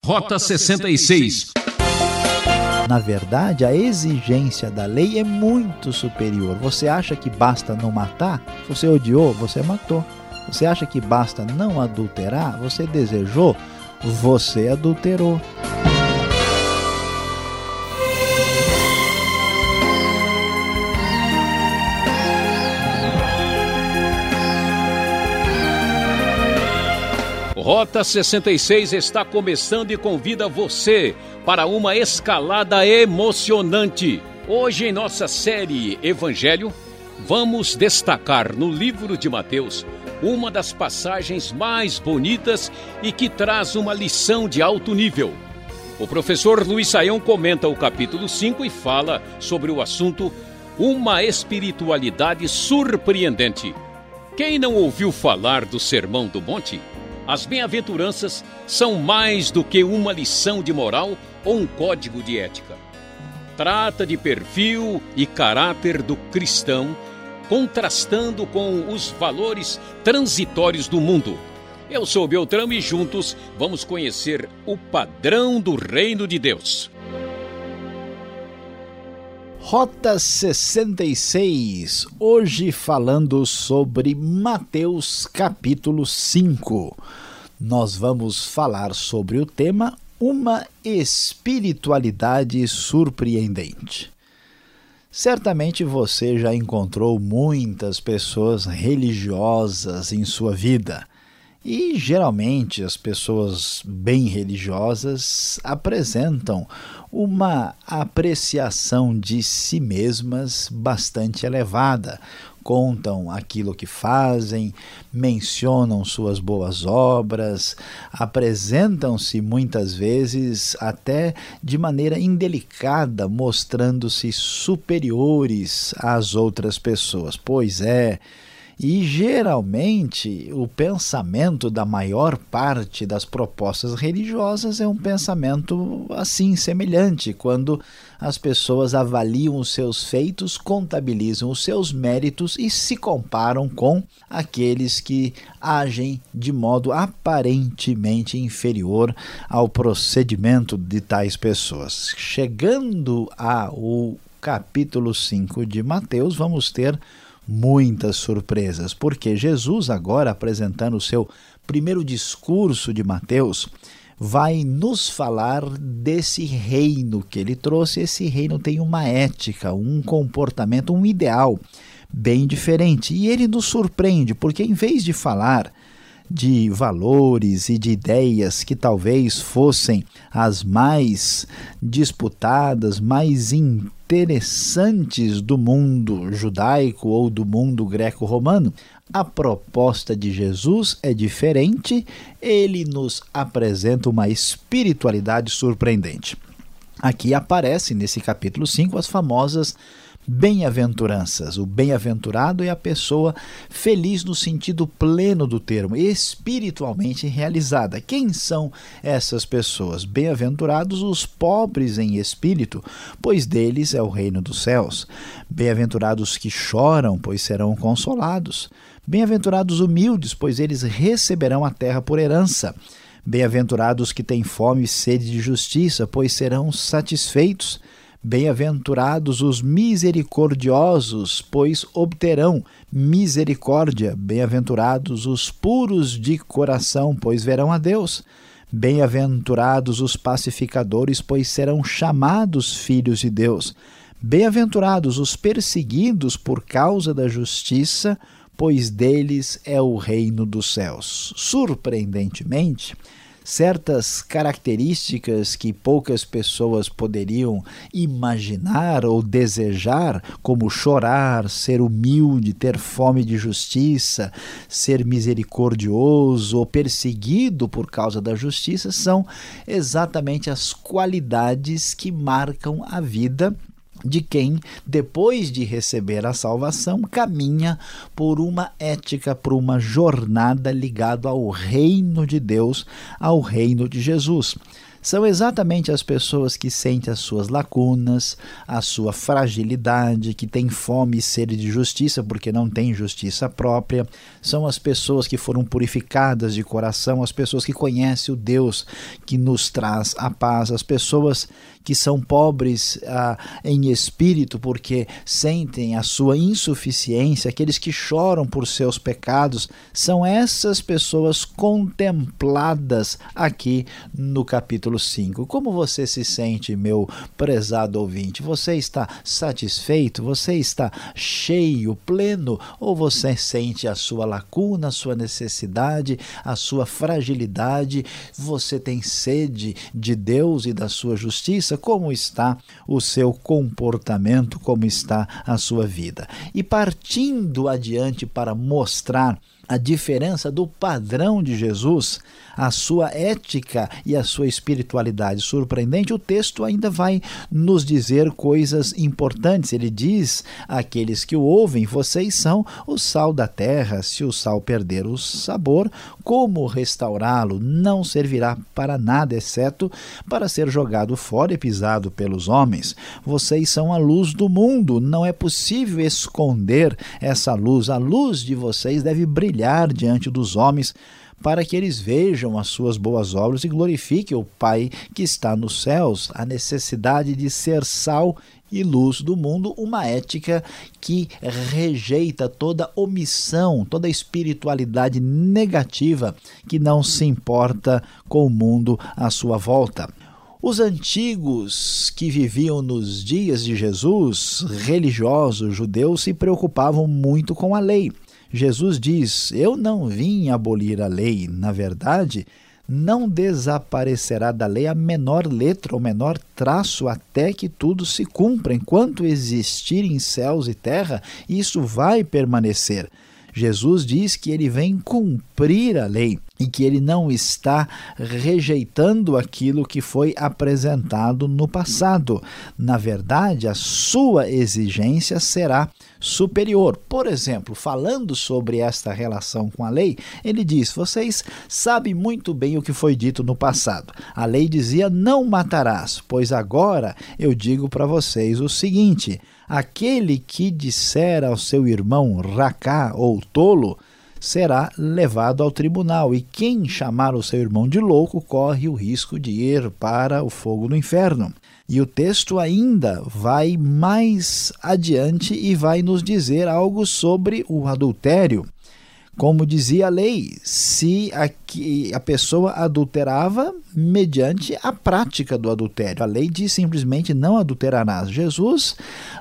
Rota 66. Na verdade, a exigência da lei é muito superior. Você acha que basta não matar? Se você odiou, você matou. Você acha que basta não adulterar? Você desejou? Você adulterou. Rota 66 está começando e convida você para uma escalada emocionante. Hoje, em nossa série Evangelho, vamos destacar no livro de Mateus uma das passagens mais bonitas e que traz uma lição de alto nível. O professor Luiz Saião comenta o capítulo 5 e fala sobre o assunto Uma Espiritualidade Surpreendente. Quem não ouviu falar do Sermão do Monte? As bem-aventuranças são mais do que uma lição de moral ou um código de ética. Trata de perfil e caráter do cristão, contrastando com os valores transitórios do mundo. Eu sou Beltrão e juntos vamos conhecer o padrão do reino de Deus. Rota 66, hoje falando sobre Mateus capítulo 5. Nós vamos falar sobre o tema Uma Espiritualidade Surpreendente. Certamente você já encontrou muitas pessoas religiosas em sua vida. E, geralmente, as pessoas bem religiosas apresentam uma apreciação de si mesmas bastante elevada. Contam aquilo que fazem, mencionam suas boas obras, apresentam-se muitas vezes até de maneira indelicada, mostrando-se superiores às outras pessoas. Pois é. E, geralmente, o pensamento da maior parte das propostas religiosas é um pensamento assim, semelhante, quando as pessoas avaliam os seus feitos, contabilizam os seus méritos e se comparam com aqueles que agem de modo aparentemente inferior ao procedimento de tais pessoas. Chegando ao capítulo 5 de Mateus, vamos ter muitas surpresas, porque Jesus, agora apresentando o seu primeiro discurso de Mateus, vai nos falar desse reino que ele trouxe. Esse reino tem uma ética, um comportamento, um ideal bem diferente. E ele nos surpreende, porque em vez de falar de valores e de ideias que talvez fossem as mais disputadas, mais interessantes do mundo judaico ou do mundo greco-romano, a proposta de Jesus é diferente. Ele nos apresenta uma espiritualidade surpreendente. Aqui aparece nesse capítulo 5 as famosas bem-aventuranças. O bem-aventurado é a pessoa feliz no sentido pleno do termo, espiritualmente realizada. Quem são essas pessoas? Bem-aventurados os pobres em espírito, pois deles é o reino dos céus. Bem-aventurados que choram, pois serão consolados. Bem-aventurados humildes, pois eles receberão a terra por herança. Bem-aventurados que têm fome e sede de justiça, pois serão satisfeitos. Bem-aventurados os misericordiosos, pois obterão misericórdia. Bem-aventurados os puros de coração, pois verão a Deus. Bem-aventurados os pacificadores, pois serão chamados filhos de Deus. Bem-aventurados os perseguidos por causa da justiça, pois deles é o reino dos céus. Surpreendentemente, certas características que poucas pessoas poderiam imaginar ou desejar, como chorar, ser humilde, ter fome de justiça, ser misericordioso ou perseguido por causa da justiça, são exatamente as qualidades que marcam a vida de quem, depois de receber a salvação, caminha por uma ética, por uma jornada ligada ao reino de Deus, ao reino de Jesus. são exatamente as pessoas que sentem as suas lacunas, a sua fragilidade, que têm fome e sede de justiça porque não têm justiça própria. São as pessoas que foram purificadas de coração, as pessoas que conhecem o Deus que nos traz a paz, as pessoas que são pobres em espírito porque sentem a sua insuficiência, aqueles que choram por seus pecados, são essas pessoas contempladas aqui no capítulo 5. Como você se sente, meu prezado ouvinte? Você está satisfeito? Você está cheio, pleno? Ou você sente a sua lacuna, a sua necessidade, a sua fragilidade? Você tem sede de Deus e da sua justiça? Como está o seu comportamento? Como está a sua vida? E partindo adiante para mostrar a diferença do padrão de Jesus, a sua ética e a sua espiritualidade surpreendente, o texto ainda vai nos dizer coisas importantes. Ele diz àqueles que o ouvem: vocês são o sal da terra. Se o sal perder o sabor, como restaurá-lo? Não servirá para nada, exceto para ser jogado fora e pisado pelos homens. Vocês são a luz do mundo. Não é possível esconder essa luz. A luz de vocês deve brilhar diante dos homens, para que eles vejam as suas boas obras e glorifiquem o Pai que está nos céus. A necessidade de ser sal e luz do mundo, uma ética que rejeita toda omissão, toda espiritualidade negativa que não se importa com o mundo à sua volta. Os antigos que viviam nos dias de Jesus, religiosos judeus, se preocupavam muito com a lei. Jesus diz: eu não vim abolir a lei. Na verdade, não desaparecerá da lei a menor letra, o menor traço, até que tudo se cumpra. Enquanto existirem céus e terra, isso vai permanecer. Jesus diz que ele vem cumprir a lei e que ele não está rejeitando aquilo que foi apresentado no passado. Na verdade, a sua exigência será superior. Por exemplo, falando sobre esta relação com a lei, ele diz: vocês sabem muito bem o que foi dito no passado. A lei dizia: não matarás, pois agora eu digo para vocês o seguinte: aquele que disser ao seu irmão racá ou tolo, será levado ao tribunal, e quem chamar o seu irmão de louco corre o risco de ir para o fogo do inferno. E o texto ainda vai mais adiante e vai nos dizer algo sobre o adultério. Como dizia a lei, se a pessoa adulterava mediante a prática do adultério. A lei diz simplesmente: não adulterarás. Jesus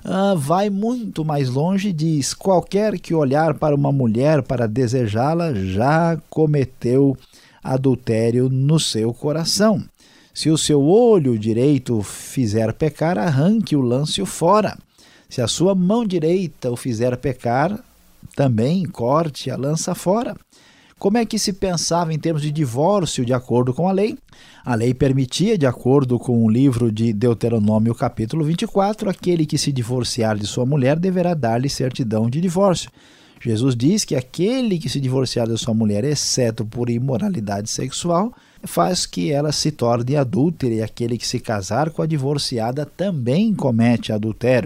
vai muito mais longe e diz: qualquer que olhar para uma mulher para desejá-la já cometeu adultério no seu coração. Se o seu olho direito fizer pecar, arranque-o, lance-o fora. Se a sua mão direita o fizer pecar, também corte a lança fora. Como é que se pensava em termos de divórcio de acordo com a lei? A lei permitia, de acordo com o livro de Deuteronômio, capítulo 24, aquele que se divorciar de sua mulher deverá dar-lhe certidão de divórcio. Jesus diz que aquele que se divorciar de sua mulher, exceto por imoralidade sexual, faz que ela se torne adúltera, e aquele que se casar com a divorciada também comete adultério.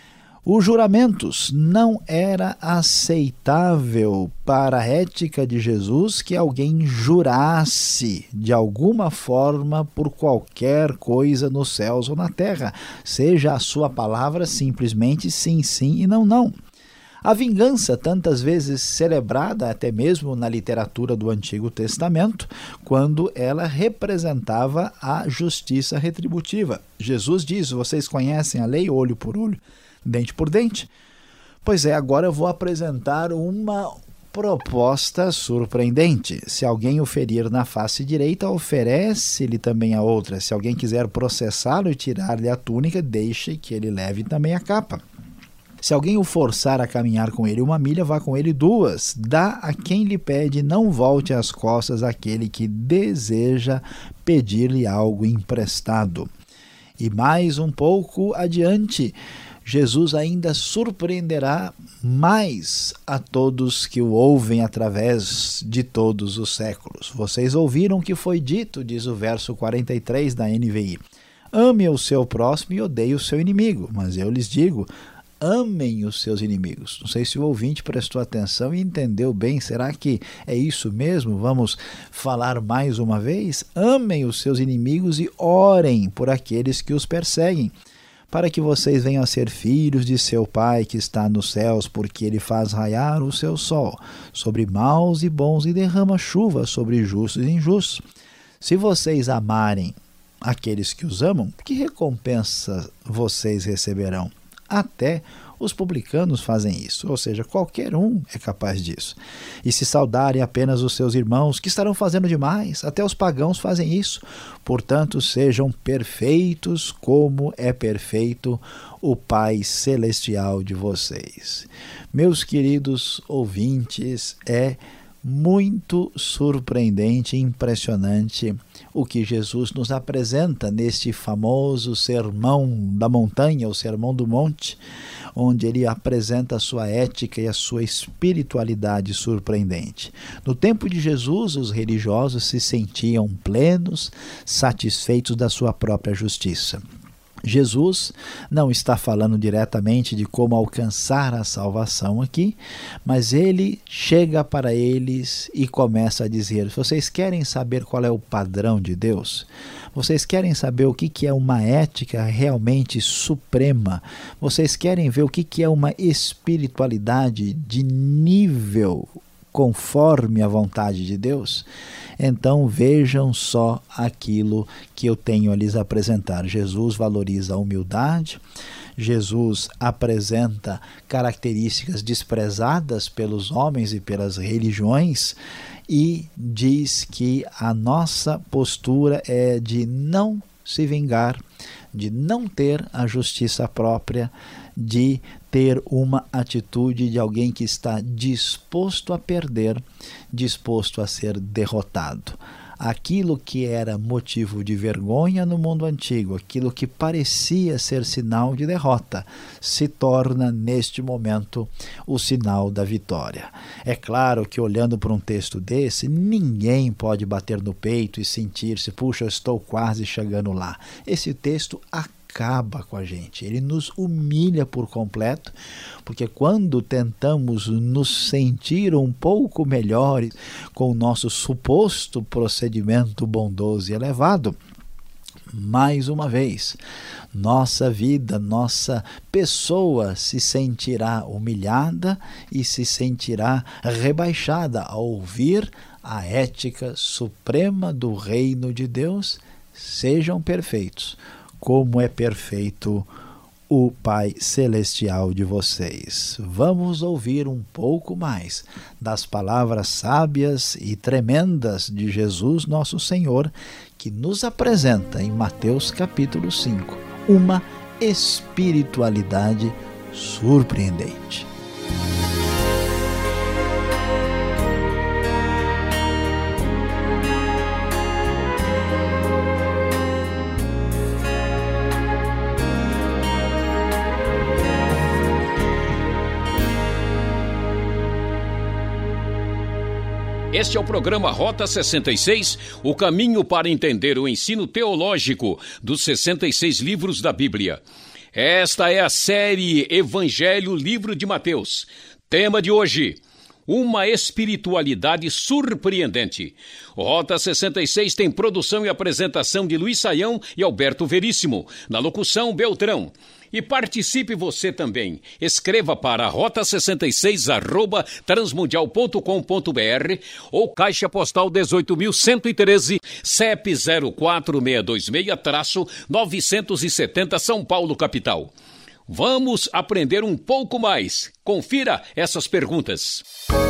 Os juramentos: não era aceitável para a ética de Jesus que alguém jurasse de alguma forma por qualquer coisa nos céus ou na terra, seja a sua palavra simplesmente sim, sim e não, não. A vingança, tantas vezes celebrada até mesmo na literatura do Antigo Testamento, quando ela representava a justiça retributiva. Jesus diz: vocês conhecem a lei, olho por olho, dente por dente? Pois é, agora eu vou apresentar uma proposta surpreendente. Se alguém o ferir na face direita, oferece-lhe também a outra. Se alguém quiser processá-lo e tirar-lhe a túnica, deixe que ele leve também a capa. Se alguém o forçar a caminhar com ele 1 milha, vá com ele 2. Dá a quem lhe pede, não volte as costas àquele que deseja pedir-lhe algo emprestado. E mais um pouco adiante, Jesus ainda surpreenderá mais a todos que o ouvem através de todos os séculos. Vocês ouviram o que foi dito, diz o verso 43 da NVI. Ame o seu próximo e odeie o seu inimigo. Mas eu lhes digo, amem os seus inimigos. Não sei se o ouvinte prestou atenção e entendeu bem. Será que é isso mesmo? Vamos falar mais uma vez? Amem os seus inimigos e orem por aqueles que os perseguem, para que vocês venham a ser filhos de seu Pai que está nos céus, porque Ele faz raiar o seu sol sobre maus e bons e derrama chuva sobre justos e injustos. Se vocês amarem aqueles que os amam, que recompensa vocês receberão? Até os publicanos fazem isso, ou seja, qualquer um é capaz disso. E se saudarem apenas os seus irmãos, que estarão fazendo demais? Até os pagãos fazem isso. Portanto, sejam perfeitos como é perfeito o Pai Celestial de vocês. Meus queridos ouvintes, é muito surpreendente e impressionante o que Jesus nos apresenta neste famoso Sermão da Montanha, o Sermão do Monte, onde ele apresenta a sua ética e a sua espiritualidade surpreendente. No tempo de Jesus, os religiosos se sentiam plenos, satisfeitos da sua própria justiça. Jesus não está falando diretamente de como alcançar a salvação aqui, mas ele chega para eles e começa a dizer: vocês querem saber qual é o padrão de Deus? Vocês querem saber o que é uma ética realmente suprema? Vocês querem ver o que é uma espiritualidade de nível conforme a vontade de Deus? Então vejam só aquilo que eu tenho a lhes apresentar. Jesus valoriza a humildade, Jesus apresenta características desprezadas pelos homens e pelas religiões e diz que a nossa postura é de não se vingar, de não ter a justiça própria, de ter uma atitude de alguém que está disposto a perder, disposto a ser derrotado. Aquilo que era motivo de vergonha no mundo antigo, aquilo que parecia ser sinal de derrota, se torna neste momento o sinal da vitória. É claro que olhando para um texto desse, ninguém pode bater no peito e sentir-se, puxa, eu estou quase chegando lá. Esse texto acaba com a gente, ele nos humilha por completo, porque quando tentamos nos sentir um pouco melhores com o nosso suposto procedimento bondoso e elevado, mais uma vez, nossa vida, nossa pessoa se sentirá humilhada e se sentirá rebaixada ao ouvir a ética suprema do reino de Deus: sejam perfeitos, como é perfeito o Pai Celestial de vocês. Vamos ouvir um pouco mais das palavras sábias e tremendas de Jesus, nosso Senhor, que nos apresenta em Mateus capítulo 5, uma espiritualidade surpreendente. Este é o programa Rota 66, o caminho para entender o ensino teológico dos 66 livros da Bíblia. Esta é a série Evangelho, livro de Mateus. Tema de hoje: uma espiritualidade surpreendente. Rota 66 tem produção e apresentação de Luiz Saião e Alberto Veríssimo. Na locução, Beltrão. E participe você também. Escreva para rota66@transmundial.com.br ou Caixa Postal 18.113, CEP 04626-970, São Paulo, capital. Vamos aprender um pouco mais. Confira essas perguntas.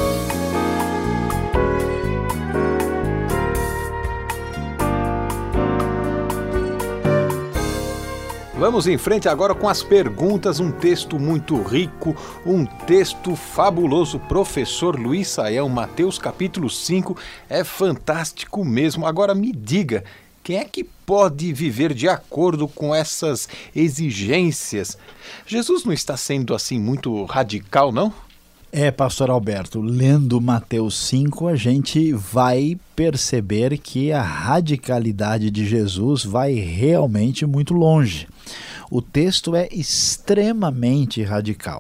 Vamos em frente agora com as perguntas, um texto muito rico, um texto fabuloso. Professor Luiz Saião, Mateus capítulo 5, é fantástico mesmo. Agora me diga, quem é que pode viver de acordo com essas exigências. Jesus não está sendo assim muito radical, não? Pastor Alberto, lendo Mateus 5, a gente vai perceber que a radicalidade de Jesus vai realmente muito longe. O texto é extremamente radical.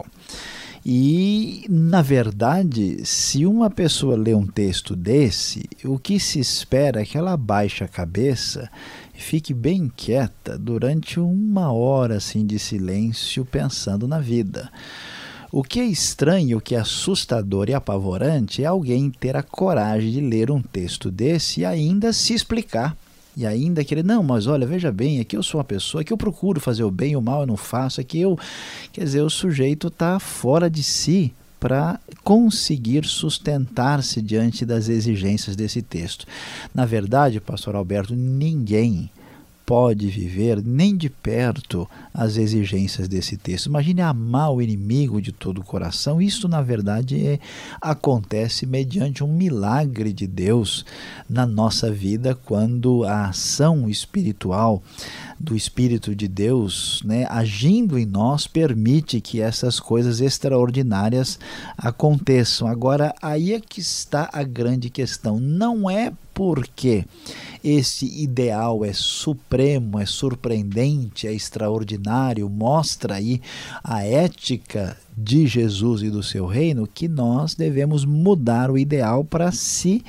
E, na verdade, se uma pessoa lê um texto desse, o que se espera é que ela baixe a cabeça e fique bem quieta durante 1 hora assim, de silêncio, pensando na vida. O que é estranho, o que é assustador e apavorante é alguém ter a coragem de ler um texto desse e ainda se explicar. E ainda querer, não, mas olha, veja bem, aqui eu sou uma pessoa, aqui eu procuro fazer o bem, o mal eu não faço, aqui eu... Quer dizer, o sujeito está fora de si para conseguir sustentar-se diante das exigências desse texto. Na verdade, pastor Alberto, ninguém pode viver nem de perto as exigências desse texto. Imagine amar o inimigo de todo o coração. Isso, na verdade, acontece mediante um milagre de Deus na nossa vida, quando a ação espiritual do Espírito de Deus, agindo em nós, permite que essas coisas extraordinárias aconteçam. Agora, aí é que está a grande questão. Não é porque esse ideal é supremo, é surpreendente, é extraordinário, mostra aí a ética de Jesus e do seu reino, que nós devemos mudar o ideal para se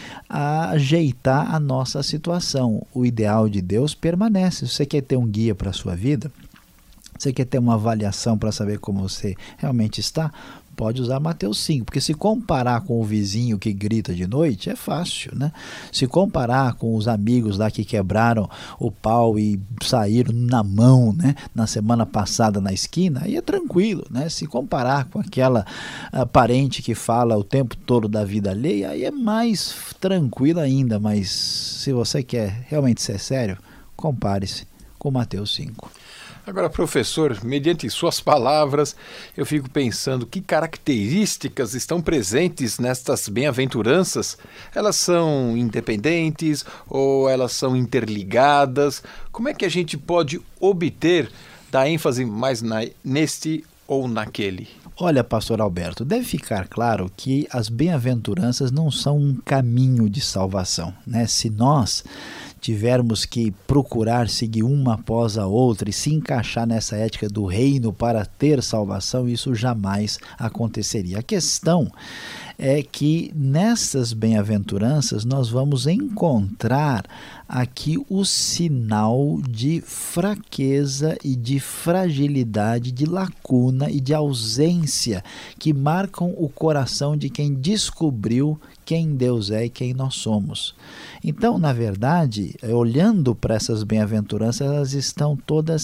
ajeitar a nossa situação. O ideal de Deus permanece. Se você quer ter um guia para a sua vida, você quer ter uma avaliação para saber como você realmente está, pode usar Mateus 5, porque se comparar com o vizinho que grita de noite, é fácil, né? Se comparar com os amigos lá que quebraram o pau e saíram na mão, na semana passada na esquina, aí é tranquilo, né? Se comparar com aquela parente que fala o tempo todo da vida alheia, aí é mais tranquilo ainda, mas se você quer realmente ser sério, compare-se com Mateus 5. Agora, professor, mediante suas palavras, eu fico pensando que características estão presentes nestas bem-aventuranças. Elas são independentes ou elas são interligadas? Como é que a gente pode obter, dar ênfase mais neste ou naquele? Olha, pastor Alberto, deve ficar claro que as bem-aventuranças não são um caminho de salvação, Se nós tivermos que procurar seguir uma após a outra e se encaixar nessa ética do reino para ter salvação, isso jamais aconteceria. A questão é que nessas bem-aventuranças nós vamos encontrar aqui o sinal de fraqueza e de fragilidade, de lacuna e de ausência que marcam o coração de quem descobriu quem Deus é e quem nós somos. Então, na verdade, olhando para essas bem-aventuranças, elas estão todas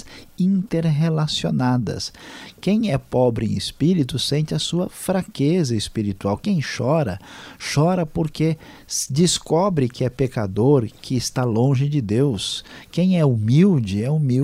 interrelacionadas. Quem é pobre em espírito sente a sua fraqueza espiritual. Quem chora, chora porque descobre que é pecador, que está longe de Deus. Quem é humilde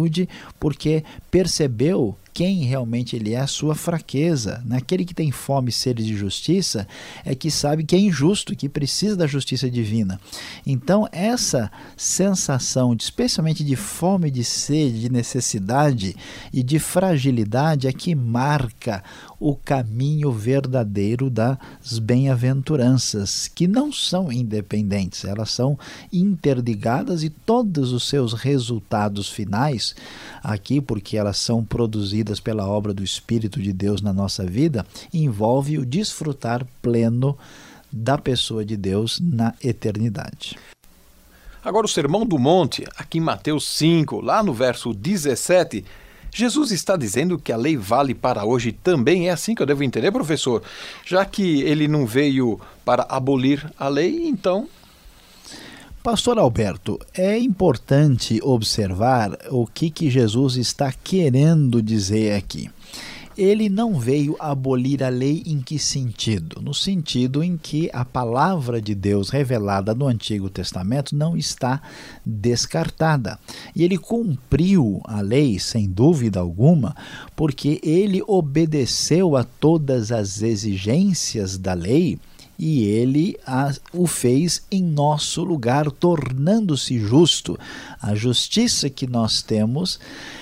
porque percebeu quem realmente ele é, a sua fraqueza. Aquele que tem fome e sede de justiça é que sabe que é injusto, que precisa da justiça divina. Então, essa sensação, especialmente de fome, de sede, de necessidade e de fragilidade, é que marca o caminho verdadeiro das bem-aventuranças, que não são independentes, elas são interligadas e todos os seus resultados finais, aqui porque elas são produzidas pela obra do Espírito de Deus na nossa vida, envolve o desfrutar pleno da pessoa de Deus na eternidade. Agora o Sermão do Monte, aqui em Mateus 5, lá no verso 17, Jesus está dizendo que a lei vale para hoje também. É assim que eu devo entender, professor? Já que ele não veio para abolir a lei, então... Pastor Alberto, é importante observar o que Jesus está querendo dizer aqui. Ele não veio abolir a lei em que sentido? No sentido em que a palavra de Deus revelada no Antigo Testamento não está descartada. E ele cumpriu a lei, sem dúvida alguma, porque ele obedeceu a todas as exigências da lei e ele o fez em nosso lugar, tornando-se justo. A justiça que nós temos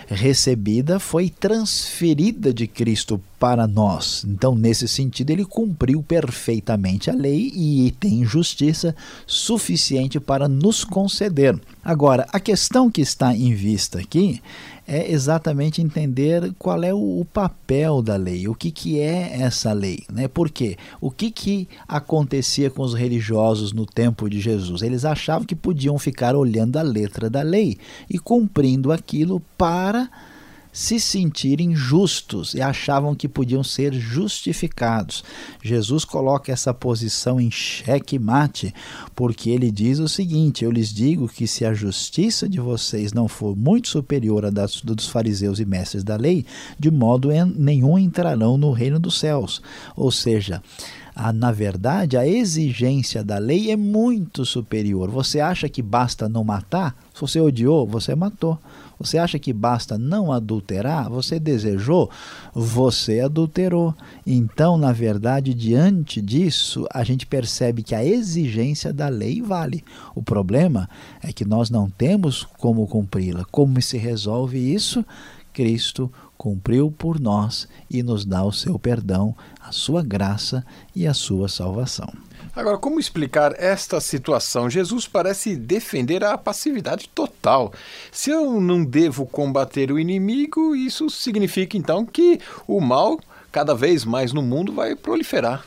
recebida foi transferida de Cristo para nós. Então, nesse sentido, ele cumpriu perfeitamente a lei e tem justiça suficiente para nos conceder. Agora, a questão que está em vista aqui é exatamente entender qual é o papel da lei, o que é essa lei, né? Por quê? O que acontecia com os religiosos no tempo de Jesus? Eles achavam que podiam ficar olhando a letra da lei e cumprindo aquilo para se sentirem justos e achavam que podiam ser justificados. Jesus coloca essa posição em xeque-mate, porque ele diz o seguinte: eu lhes digo que se a justiça de vocês não for muito superior à dos fariseus e mestres da lei, de modo nenhum entrarão no reino dos céus. Ou seja, na verdade, a exigência da lei é muito superior. Você acha que basta não matar? Se você odiou, você matou. Você acha que basta não adulterar? Você desejou? Você adulterou. Então, na verdade, diante disso, a gente percebe que a exigência da lei vale. O problema é que nós não temos como cumpri-la. Como se resolve isso? Cristo cumpriu por nós e nos dá o seu perdão, a sua graça e a sua salvação. Agora, como explicar esta situação? Jesus parece defender a passividade total. Se eu não devo combater o inimigo, isso significa então que o mal, cada vez mais no mundo, vai proliferar.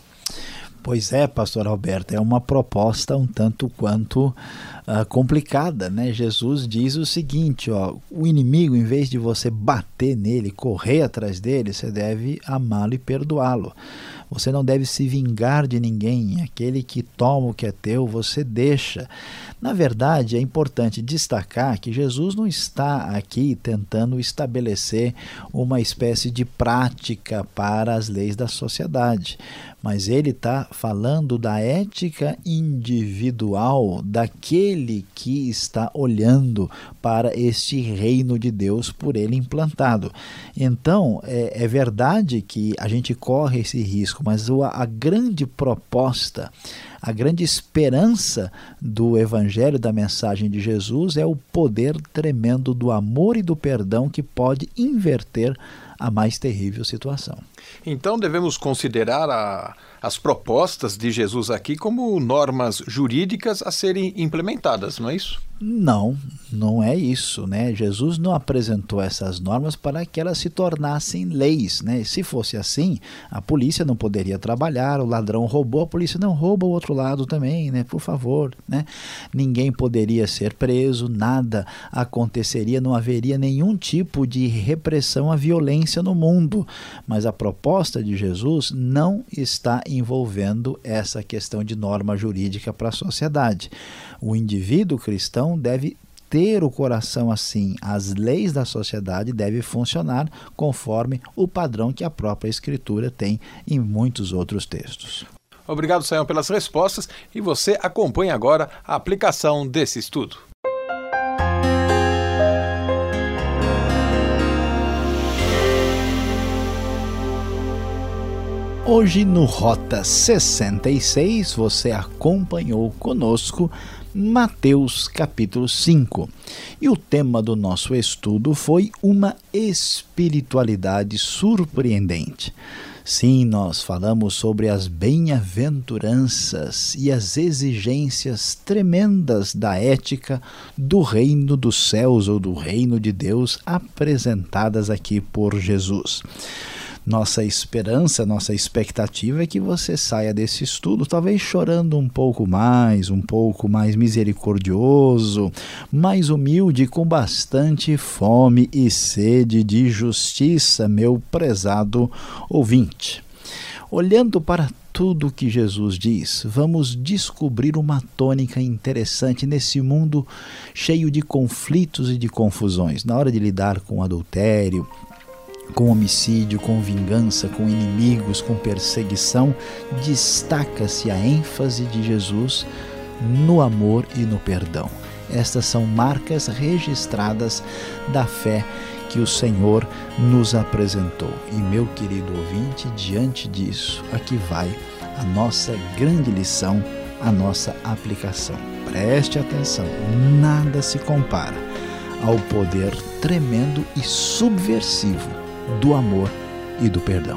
Pois é, pastor Alberto, é uma proposta um tanto quanto complicada, né? Jesus diz o seguinte, o inimigo, em vez de você bater nele, correr atrás dele, você deve amá-lo e perdoá-lo. Você não deve se vingar de ninguém. Aquele que toma o que é teu, você deixa. Na verdade, é importante destacar que Jesus não está aqui tentando estabelecer uma espécie de prática para as leis da sociedade, mas ele está falando da ética individual daquele que está olhando para este reino de Deus por ele implantado. Então, é verdade que a gente corre esse risco, mas a grande proposta, a grande esperança do Evangelho, da mensagem de Jesus, é o poder tremendo do amor e do perdão que pode inverter a mais terrível situação. Então devemos considerar as propostas de Jesus aqui como normas jurídicas a serem implementadas, não é isso? Não, não é isso, né? Jesus não apresentou essas normas para que elas se tornassem leis, né? Se fosse assim, a polícia não poderia trabalhar, o ladrão roubou, a polícia não rouba o outro lado também, né? Por favor, né? Ninguém poderia ser preso, nada aconteceria, não haveria nenhum tipo de repressão à violência no mundo. Mas a proposta de Jesus não está envolvendo essa questão de norma jurídica para a sociedade. O indivíduo cristão deve ter o coração assim. As leis da sociedade devem funcionar conforme o padrão que a própria Escritura tem em muitos outros textos. Obrigado, Sayão, pelas respostas, e você acompanha agora a aplicação desse estudo. Hoje no Rota 66 você acompanhou conosco Mateus capítulo 5 e o tema do nosso estudo foi uma espiritualidade surpreendente. Sim, nós falamos sobre as bem-aventuranças e as exigências tremendas da ética do reino dos céus ou do reino de Deus apresentadas aqui por Jesus. Nossa esperança, nossa expectativa é que você saia desse estudo talvez chorando um pouco mais misericordioso, mais humilde, com bastante fome e sede de justiça, meu prezado ouvinte. Olhando para tudo que Jesus diz, vamos descobrir uma tônica interessante nesse mundo cheio de conflitos e de confusões. Na hora de lidar com adultério, com homicídio, com vingança, com inimigos, com perseguição, destaca-se a ênfase de Jesus no amor e no perdão. Estas são marcas registradas da fé que o Senhor nos apresentou. E, meu querido ouvinte, diante disso, aqui vai a nossa grande lição, a nossa aplicação. Preste atenção, nada se compara ao poder tremendo e subversivo do amor e do perdão.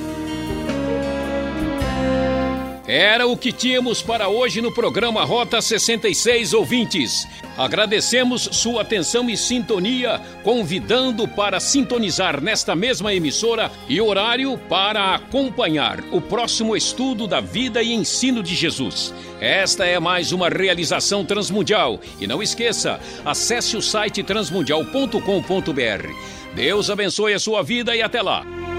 Era o que tínhamos para hoje no programa Rota 66, ouvintes. Agradecemos sua atenção e sintonia, convidando para sintonizar nesta mesma emissora e horário para acompanhar o próximo estudo da vida e ensino de Jesus. Esta é mais uma realização Transmundial. E não esqueça, acesse o site transmundial.com.br. Deus abençoe a sua vida e até lá.